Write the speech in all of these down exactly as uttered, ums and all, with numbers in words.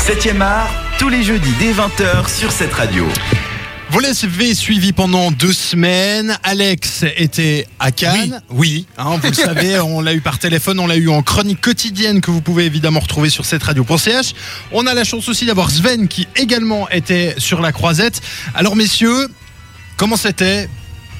septième art, tous les jeudis dès vingt heures sur cette radio. Vous l'avez suivi pendant deux semaines. Alex était à Cannes. Oui, oui hein, vous le savez, on l'a eu par téléphone, on l'a eu en chronique quotidienne que vous pouvez évidemment retrouver sur cette radio point c h. On a la chance aussi d'avoir Sven qui également était sur la croisette. Alors messieurs, comment c'était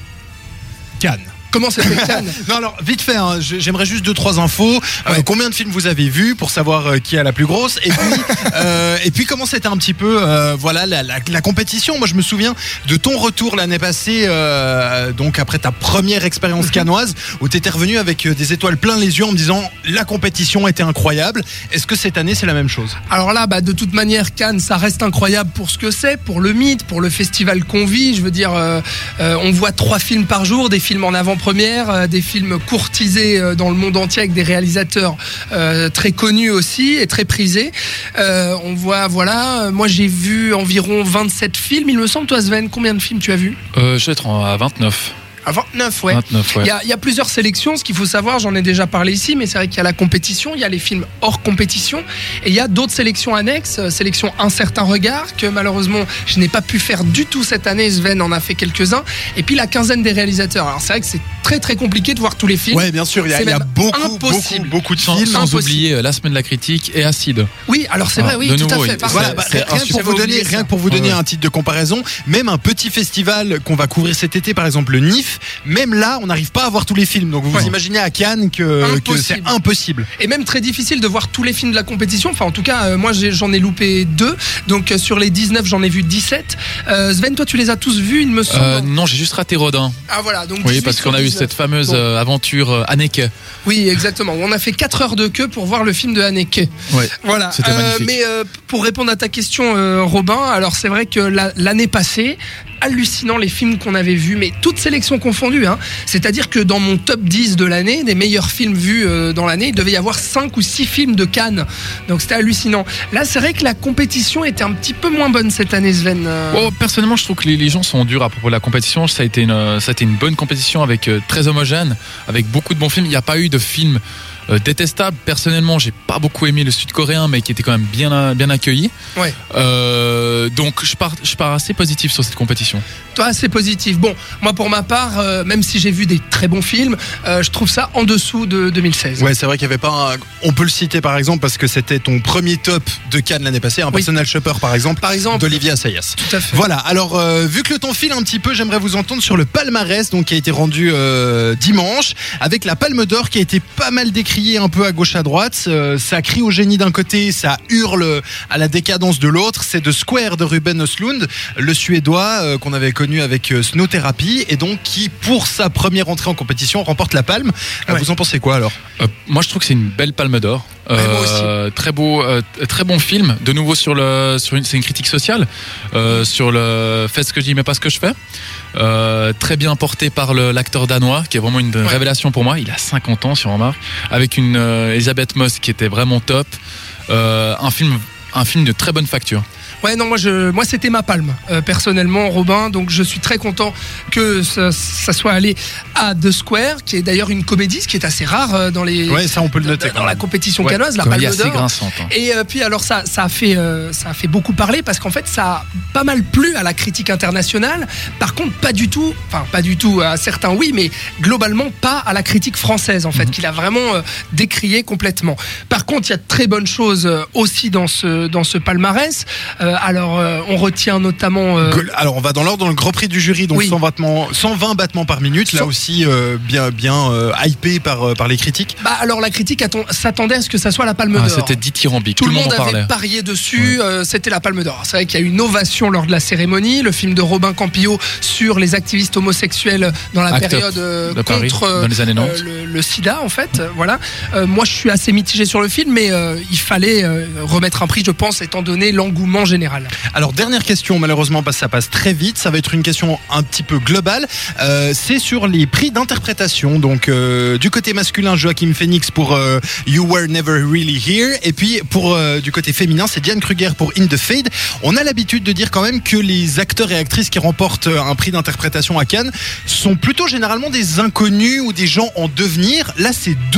Cannes? Comment c'était Cannes? Non, alors vite fait, hein, j'aimerais juste deux trois infos. Ouais. Euh, combien de films vous avez vus pour savoir euh, qui a la plus grosse? Et puis, euh, et puis comment c'était un petit peu, euh, voilà, la, la, la compétition. Moi, je me souviens de ton retour l'année passée, euh, donc après ta première expérience cannoise, où tu étais revenu avec des étoiles plein les yeux en me disant la compétition était incroyable. Est-ce que cette année c'est la même chose? Alors là, bah, de toute manière, Cannes, ça reste incroyable pour ce que c'est, pour le mythe, pour le festival qu'on vit. Je veux dire, euh, euh, on voit trois films par jour, des films en avant-première, euh, des films courtisés euh, dans le monde entier avec des réalisateurs euh, très connus aussi et très prisés. Euh, on voit, voilà, euh, moi j'ai vu environ vingt-sept films, il me semble. Toi Sven, combien de films tu as vu? euh, Je vais être à vingt-neuf. À vingt-neuf, ouais. vingt-neuf, ouais. Il y a, il y a plusieurs sélections, ce qu'il faut savoir, j'en ai déjà parlé ici, mais c'est vrai qu'il y a la compétition, il y a les films hors compétition, et il y a d'autres sélections annexes, euh, sélection Un certain regard, que malheureusement je n'ai pas pu faire du tout cette année, Sven en a fait quelques-uns, et puis la quinzaine des réalisateurs. Alors c'est vrai que c'est très très compliqué de voir tous les films. Ouais, bien sûr, il y a, il y a beaucoup, beaucoup, beaucoup de sans, films. sans Impossible. oublier euh, La Semaine de la critique et Acide. Oui, alors c'est Ah, vrai, oui, de tout nouveau, à fait. il- Parfait. Voilà, bah, C'est- rien, que pour vous donner, rien que pour vous donner Ouais. un titre de comparaison, même un petit festival qu'on va couvrir cet été, par exemple le N I F, même là, on n'arrive pas à voir tous les films. Donc vous Ouais. vous imaginez à Cannes que, que c'est Impossible. impossible. Et même très difficile de voir tous les films de la compétition. Enfin, en tout cas, euh, moi, j'ai- j'en ai loupé deux. Donc, euh, sur les dix-neuf, j'en ai vu dix-sept. Euh, Sven, toi, tu les as tous vus, il me semble. Euh, non, j'ai juste raté Rodin. Ah, voilà. Donc, Oui, dix-huit parce qu'on a sur eu dix-neuf. cette fameuse Bon. euh, aventure euh, Haneke. Oui, exactement. On a fait quatre heures de queue pour voir le film de Haneke. Ouais. Voilà. C'était magnifique. Mais euh, pour répondre à ta question, euh, Robin, alors c'est vrai que la- l'année passée, hallucinant les films qu'on avait vus, mais toutes sélections confondues. Hein. C'est-à-dire que dans mon top dix de l'année, des meilleurs films vus euh, dans l'année, il devait y avoir cinq ou six films de Cannes. Donc c'était hallucinant. Là, c'est vrai que la compétition était un petit peu moins bonne cette année, Sven. Euh, Oh, personnellement, je trouve que les, les gens sont durs à propos de la compétition. Ça a été une, euh, ça a été une bonne compétition avec euh, très homogène, avec beaucoup de bons films. Il n'y a pas eu de films euh, détestables. Personnellement, j'ai pas beaucoup aimé le sud-coréen, mais qui était quand même bien, bien accueilli. Ouais. Euh, donc, je pars, je pars assez positif sur cette compétition. Toi, c'est positif. Bon, moi, pour ma part, euh, même si j'ai vu des très bons films, euh, je trouve ça en dessous de deux mille seize. Ouais, c'est vrai qu'il y avait pas un... On peut le citer par exemple parce que c'était ton premier top de Cannes l'année passée, un Oui. Personal Shopper par exemple, Par exemple. d'Olivier Assayas. Tout à fait. Voilà, alors euh, vu que le temps file un petit peu, j'aimerais vous entendre sur le palmarès donc, qui a été rendu euh, dimanche, avec la Palme d'Or qui a été pas mal décriée un peu à gauche à droite. Euh, ça crie au génie d'un côté, ça hurle à la décadence de l'autre. C'est The Square de Ruben Östlund, le Suédois euh, qu'on avait connu avec euh, Snow Therapy, et donc qui, pour sa première entrée en compétition, remporte la Palme. Euh, Ouais. Vous en pensez quoi alors? Euh, moi, je trouve que c'est une belle palme d'or. Ouais, moi aussi. Très beau, euh, très bon film. De nouveau sur le, sur une, c'est une critique sociale euh, sur le fais ce que je dis mais pas ce que je fais. Euh, très bien porté par le, l'acteur danois, qui est vraiment une Ouais. révélation pour moi. Il a cinquante ans, si on remarque, avec une euh, Elisabeth Moss qui était vraiment top. Euh, un film, un film de très bonne facture. Ouais, non, moi, je, moi c'était ma palme, euh, personnellement, Robin. Donc, je suis très content que ça, ça soit allé à The Square, qui est d'ailleurs une comédie, ce qui est assez rare euh, dans les Ouais, ça on peut le noter dans, quand dans la même. compétition Ouais, cannoise, la Comédie Palme assez d'Or. grinçante. hein. Et euh, puis alors ça, ça a fait, euh, ça a fait beaucoup parler parce qu'en fait ça a pas mal plu à la critique internationale. Par contre, pas du tout, enfin pas du tout à certains oui, mais globalement pas à la critique française en fait, Mhm. qu'il a vraiment euh, décrié complètement. Par contre, il y a de très bonnes choses euh, aussi dans ce dans ce palmarès. Euh, alors euh, on retient notamment. euh, Go- Alors on va dans l'ordre dans le Grand Prix du jury, donc Oui. cent battements, cent vingt battements par minute, là Cent- aussi euh, bien bien euh, hypé par euh, par les critiques. Bah alors la critique atten- s'attendait à ce que ça soit la Palme Ah, d'Or. c'était dithyrambique. Tout, le monde, en avait parlait. parié dessus, euh, c'était la Palme d'Or. C'est vrai qu'il y a eu une ovation lors de la cérémonie. Le film de Robin Campillo sur les activistes homosexuels dans la Act Up période euh, de Paris, contre euh, dans les années euh, quatre-vingt. le, le sida, en fait. Euh, voilà. Euh, moi, je suis assez mitigé sur le film, mais euh, il fallait euh, remettre un prix, je pense, étant donné l'engouement général. Alors dernière question, malheureusement parce que ça passe très vite, ça va être une question un petit peu globale. Euh, c'est sur les prix d'interprétation. Donc euh, du côté masculin, Joaquin Phoenix pour euh, You Were Never Really Here, et puis pour euh, du côté féminin, c'est Diane Kruger pour In the Fade. On a l'habitude de dire quand même que les acteurs et actrices qui remportent un prix d'interprétation à Cannes sont plutôt généralement des inconnus ou des gens en devenir. Là, c'est deux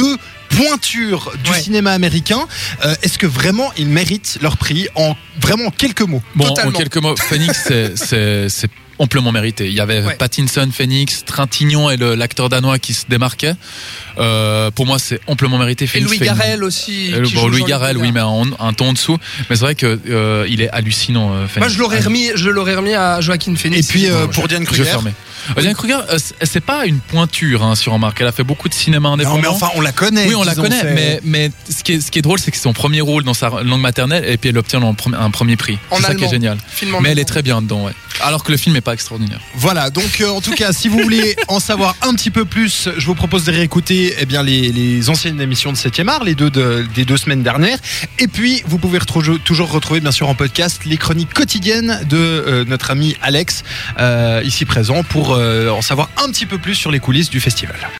pointures du Ouais. cinéma américain. Euh, est-ce que vraiment ils méritent leur prix en vraiment quelques mots? Bon, Totalement. en quelques mots, Phoenix, c'est, c'est, c'est amplement mérité. Il y avait Ouais. Pattinson, Phoenix, Trintignant et le, l'acteur danois qui se démarquait. Euh, pour moi, c'est amplement mérité. Et Phoenix Louis fait une- Garrel aussi. Euh, qui bon, joue Louis Jean-Luc Garrel, Godard. oui, mais un, un ton en dessous. Mais c'est vrai que euh, il est hallucinant. euh, Phoenix. Moi, je l'aurais remis, je l'aurais remis à Joaquin Phoenix. Et puis euh, Bon, pour Diane Je Kruger. fermé. Euh, Diane Kruger, euh, c'est- c'est pas une pointure hein, sur Remarque. Elle a fait beaucoup de cinéma indépendant. Non mais enfin on la connaît. oui, on la disons, connaît, c'est- mais, mais ce, qui est, ce qui est drôle, c'est que c'est son premier rôle dans sa langue maternelle et puis elle obtient un premier, un premier prix. En C'est ça qui est allemand. génial. film en Mais elle est allemand. très bien dedans, ouais. Alors que le film n'est pas extraordinaire. Voilà, donc euh, en tout cas, si vous voulez en savoir un petit peu plus, je vous propose de réécouter eh bien, les, les anciennes émissions de septième art, les deux de- des deux semaines dernières. Et puis, vous pouvez retrouver- toujours retrouver, bien sûr, en podcast, les chroniques quotidiennes de euh, notre ami Alex, euh, ici présent, pour euh, en savoir un petit peu plus sur les coulisses du festival.